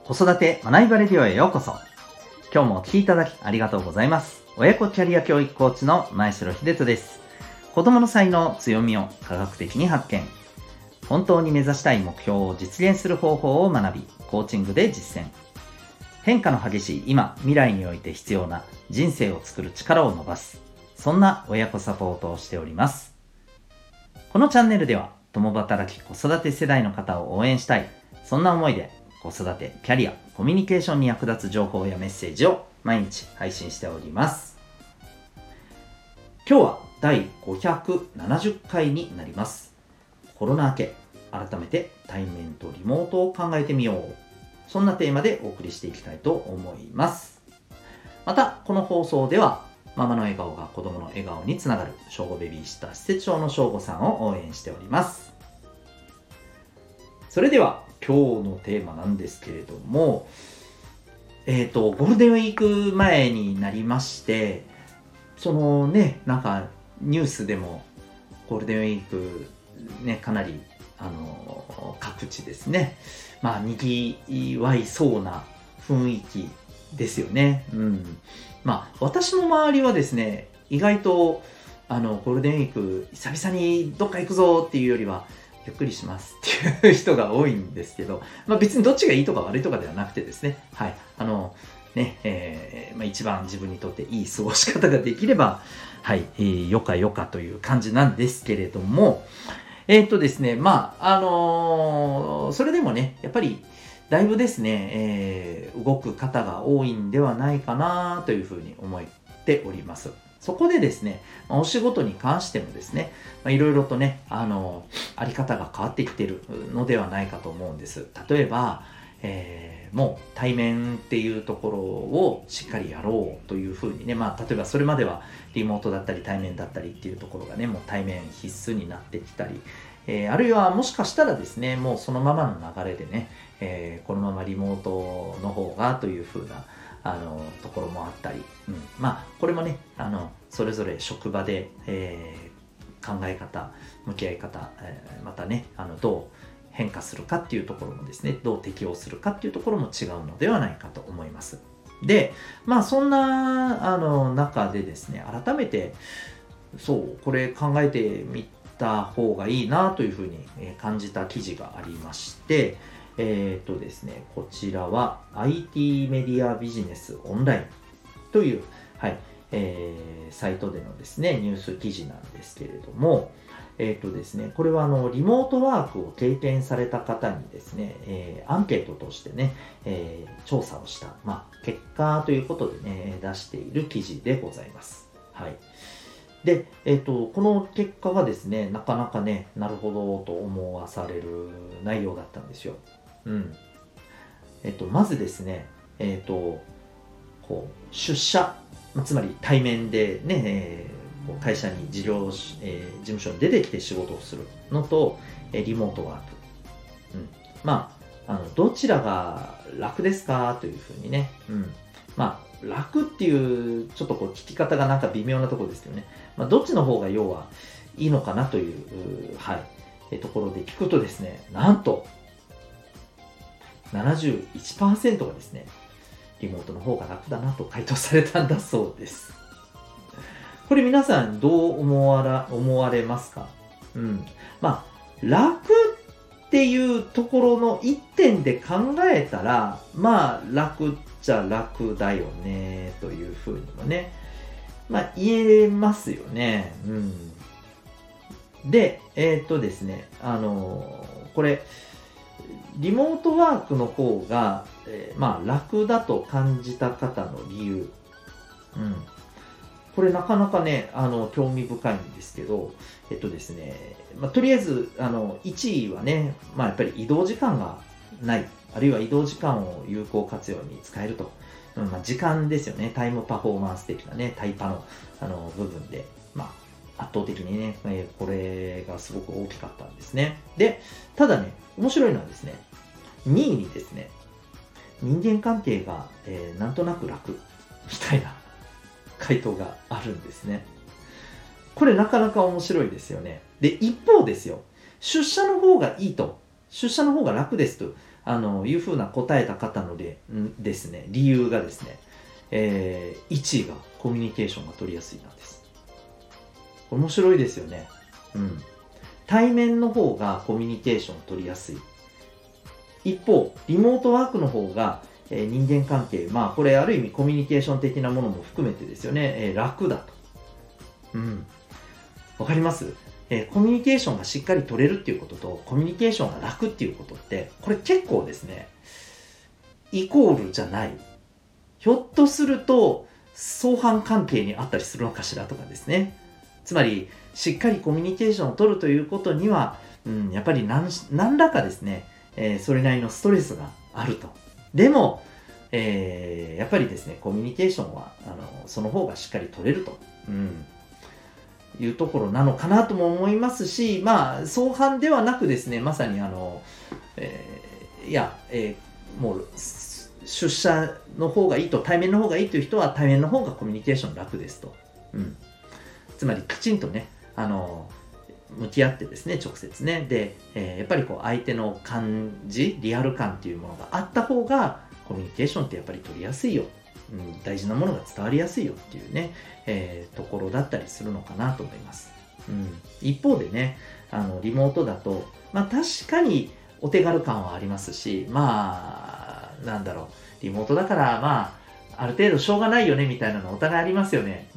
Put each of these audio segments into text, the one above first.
子育て学びバレディオへようこそ。今日もお聞きいただきありがとうございます。親子キャリア教育コーチの前城秀人です。子供の才能、強みを科学的に発見。本当に目指したい目標を実現する方法を学び、コーチングで実践。変化の激しい今、未来において必要な人生を作る力を伸ばす。そんな親子サポートをしております。このチャンネルでは、共働き子育て世代の方を応援したい。そんな思いで、子育て、キャリア、コミュニケーションに役立つ情報やメッセージを毎日配信しております。今日は第570回になります。コロナ明け、改めて対面とリモートを考えてみよう。そんなテーマでお送りしていきたいと思います。また、この放送では、ママの笑顔が子供の笑顔につながる小5ベビーシッター施設長の小5さんを応援しております。それでは、今日のテーマなんですけれども、ゴールデンウィーク前になりまして、なんかニュースでもゴールデンウィークね、かなり各地ですね、賑わいそうな雰囲気ですよね。私の周りはですね、意外とゴールデンウィーク久々にどっか行くぞっていうよりはゆっくりしますっていう人が多いんですけど、別にどっちがいいとか悪いとかではなくてですね、一番自分にとっていい過ごし方ができれば、よかよかという感じなんですけれども、ですね、それでもね、やっぱりだいぶですね、動く方が多いんではないかなというふうに思っております。そこでですね、お仕事に関してもですね、いろいろとね、あり方が変わってきているのではないかと思うんです。例えば、もう対面っていうところをしっかりやろうというふうにね、例えばそれまではリモートだったり対面だったりっていうところがね、もう対面必須になってきたり、あるいはもしかしたらですね、もうそのままの流れでね、このままリモートの方がというふうなところもあったり、これもね、それぞれ職場で、考え方、向き合い方、またね、どう変化するかっていうところもですね、どう適応するかっていうところも違うのではないかと思います。で、そんな中でですね、改めてこれ考えてみた方がいいなというふうに感じた記事がありまして、ですね、こちらは IT メディアビジネスオンラインという、サイトでのですね、ニュース記事なんですけれども、ですね、これはリモートワークを経験された方にですね、アンケートとしてね、調査をした、結果ということでね、出している記事でございます。で、この結果がですね、なかなかね、なるほどと思わされる内容だったんですよ。まずですね、出社、つまり対面でね、会社に事務所に出てきて仕事をするのと、リモートワーク。どちらが楽ですかというふうにね、楽っていう、ちょっと聞き方がなんか微妙なところですけどね、どっちの方が要はいいのかなという、ところで聞くとですね、なんと、71% がですね、リモートの方が楽だなと回答されたんだそうです。これ皆さんどう思われますか？楽っていうところの一点で考えたら、楽っちゃ楽だよねというふうにもね、言えますよね。で、ですね、これ、リモートワークの方が、楽だと感じた方の理由。これなかなかね、興味深いんですけど、ですね、とりあえず、1位はね、やっぱり移動時間がない、あるいは移動時間を有効活用に使えると。時間ですよね、タイムパフォーマンス的なね、タイパの、部分で、圧倒的にね、これがすごく大きかったんですね。で、ただね、面白いのはですね、2位にですね、人間関係が、なんとなく楽みたいな回答があるんですね。これなかなか面白いですよね。で、一方ですよ、出社の方がいいと、出社の方が楽ですというふうな答えた方のですね、理由がですね、1位がコミュニケーションが取りやすいなんです。面白いですよね。対面の方がコミュニケーション取りやすい。一方、リモートワークの方が、人間関係、これある意味コミュニケーション的なものも含めてですよね、楽だと。わかります？コミュニケーションがしっかり取れるっていうことと、コミュニケーションが楽っていうことって、これ結構ですね、イコールじゃない。ひょっとすると、相反関係にあったりするのかしらとかですね。つまり、しっかりコミュニケーションを取るということには、やっぱり何らかですね、それなりのストレスがあると。でも、やっぱりですね、コミュニケーションは、その方がしっかり取れると。いうところなのかなとも思いますし、相反ではなくですね、まさにもう出社の方がいいと、対面の方がいいという人は対面の方がコミュニケーション楽ですと。つまりきちんとね、向き合ってですね、直接ね。で、やっぱり相手の感じ、リアル感っていうものがあった方が、コミュニケーションってやっぱり取りやすいよ。大事なものが伝わりやすいよっていうね、ところだったりするのかなと思います。一方でね、リモートだと、確かにお手軽感はありますし、リモートだから、ある程度しょうがないよねみたいなのお互いありますよね。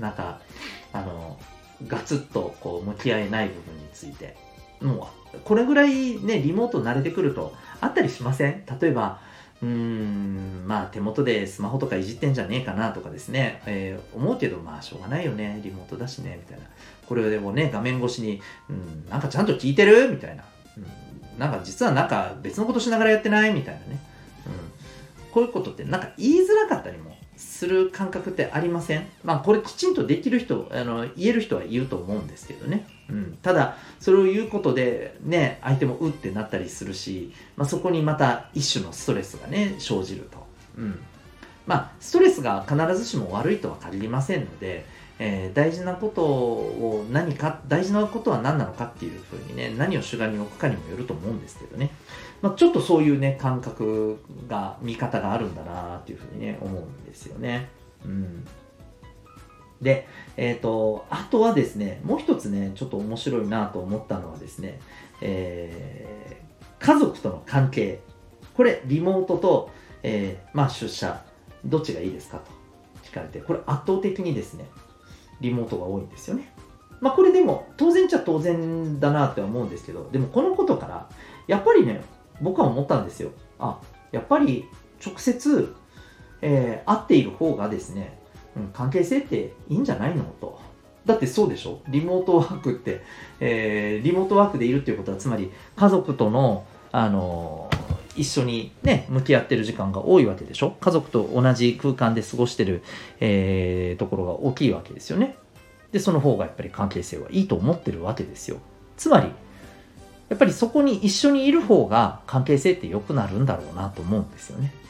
ガツッと向き合えない部分について。もう、これぐらいね、リモート慣れてくるとあったりしません？例えば、手元でスマホとかいじってんじゃねえかなとかですね、思うけど、しょうがないよね、リモートだしね、みたいな。これでもね、画面越しに、なんかちゃんと聞いてるみたいな。実は別のことしながらやってないみたいなね。こういうことって言いづらかったりもする感覚ってありません？これきちんとできる人、言える人は言うと思うんですけどね。ただ、それを言うことでね、相手もうってなったりするし、そこにまた一種のストレスがね、生じると。ストレスが必ずしも悪いとは限りませんので、大事なことは何なのかっていうふうにね、何を主眼に置くかにもよると思うんですけどね。ちょっとそういうね、見方があるんだなっていうふうにね、思うんですよね。で、あとはですね、もう一つね、ちょっと面白いなと思ったのはですね、家族との関係。これ、リモートと、出社、どっちがいいですかと聞かれて、これ圧倒的にですね、リモートが多いんですよね。これでも、当然っちゃ当然だなって思うんですけど、でもこのことから、やっぱりね、僕は思ったんですよ。やっぱり直接、会っている方がですね、関係性っていいんじゃないのと。だってそうでしょ？リモートワークって、リモートワークでいるっていうことは、つまり家族との、一緒にね、向き合ってる時間が多いわけでしょ？家族と同じ空間で過ごしてる、ところが大きいわけですよね。で、その方がやっぱり関係性はいいと思ってるわけですよ。つまり、やっぱりそこに一緒にいる方が関係性って良くなるんだろうなと思うんですよね。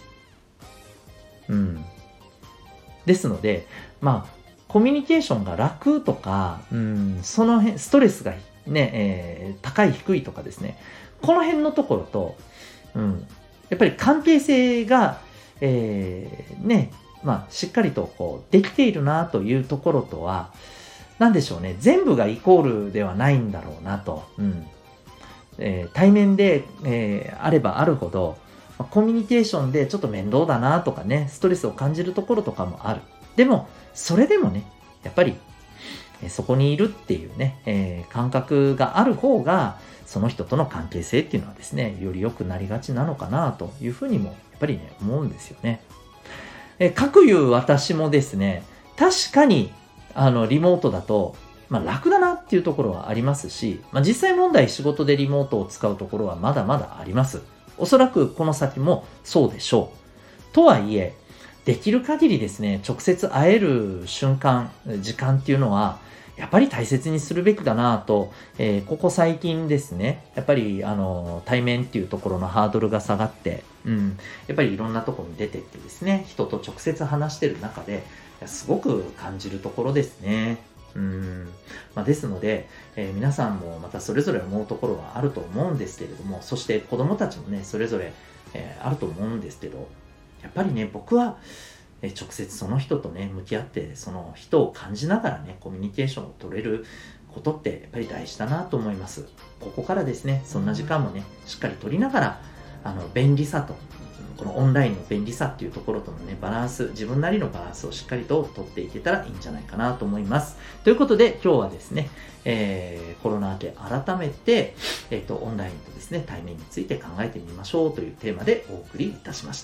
ですので、コミュニケーションが楽とか、その辺、ストレスがね、高い低いとかですね、この辺のところと、やっぱり関係性が、しっかりとできているなというところとは、なんでしょうね、全部がイコールではないんだろうなと。対面で、あればあるほど、コミュニケーションでちょっと面倒だなとかね、ストレスを感じるところとかもある。でも、それでもね、やっぱり、そこにいるっていうね、感覚がある方が、その人との関係性っていうのはですね、より良くなりがちなのかなというふうにも、やっぱりね、思うんですよね。かくいう私もですね、確かに、リモートだと、楽だなっていうところはありますし、実際問題仕事でリモートを使うところはまだまだあります。おそらくこの先もそうでしょう。とはいえ、できる限りですね、直接会える瞬間、時間っていうのは、やっぱり大切にするべきだなと、ここ最近ですね、やっぱり対面っていうところのハードルが下がって、やっぱりいろんなところに出てってですね、人と直接話してる中で、すごく感じるところですね。ですので、皆さんもまたそれぞれ思うところはあると思うんですけれども、そして子供たちもね、それぞれあると思うんですけど、やっぱりね、僕は直接その人とね、向き合って、その人を感じながらね、コミュニケーションを取れることってやっぱり大事だなと思います。ここからですね、そんな時間もね、しっかり取りながら、便利さと、このオンラインの便利さっていうところとのね、バランス、自分なりのバランスをしっかりと取っていけたらいいんじゃないかなと思います。ということで、今日はですね、コロナ明け改めて、オンラインとですね、対面について考えてみましょうというテーマでお送りいたしました。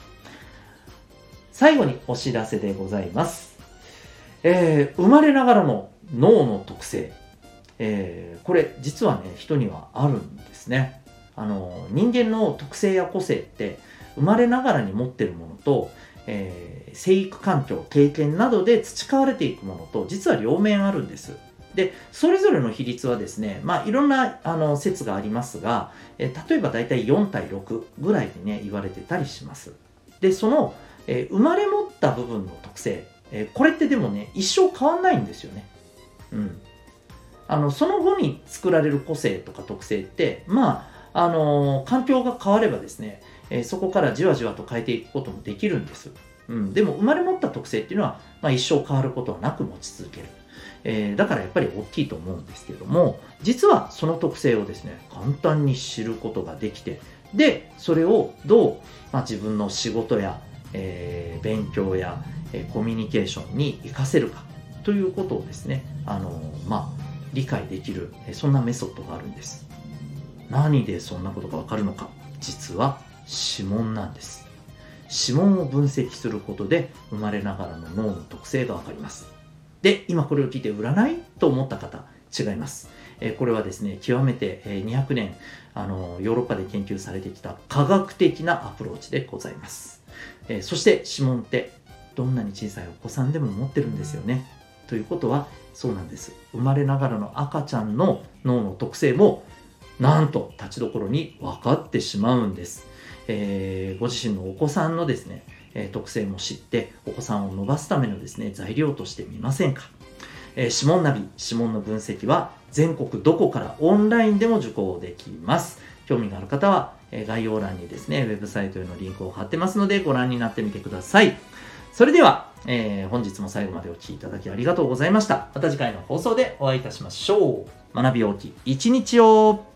最後にお知らせでございます。生まれながらの脳の特性。これ実はね、人にはあるんですね。人間の特性や個性って生まれながらに持っているものと、生育環境、経験などで培われていくものと、実は両面あるんです。で、それぞれの比率はですね、いろんな説がありますが、例えばだいたい4対6ぐらいにね、言われてたりします。で、その、生まれ持った部分の特性、これってでもね、一生変わんないんですよね。うん。その後に作られる個性とか特性って、環境が変わればですね、そこからじわじわと変えていくこともできるんです。でも生まれ持った特性っていうのは、一生変わることはなく持ち続ける。だからやっぱり大きいと思うんですけども、実はその特性をですね、簡単に知ることができて、で、それをどう、自分の仕事や、勉強や、コミュニケーションに活かせるかということをですね、理解できる、そんなメソッドがあるんです。何でそんなことがわかるのか。実は指紋なんです。指紋を分析することで生まれながらの脳の特性がわかります。で、今これを聞いて占いと思った方、違います。これはですね、極めて200年ヨーロッパで研究されてきた科学的なアプローチでございます。そして指紋ってどんなに小さいお子さんでも持ってるんですよね。ということはそうなんです。生まれながらの赤ちゃんの脳の特性もなんと立ちどころに分かってしまうんです。ご自身のお子さんのですね、特性も知ってお子さんを伸ばすためのですね、材料としてみませんか。指紋ナビ、指紋の分析は全国どこからオンラインでも受講できます。興味がある方は概要欄にですね、ウェブサイトへのリンクを貼ってますのでご覧になってみてください。それでは、本日も最後までお聞きいただきありがとうございました。また次回の放送でお会いいたしましょう。学び大きい一日を。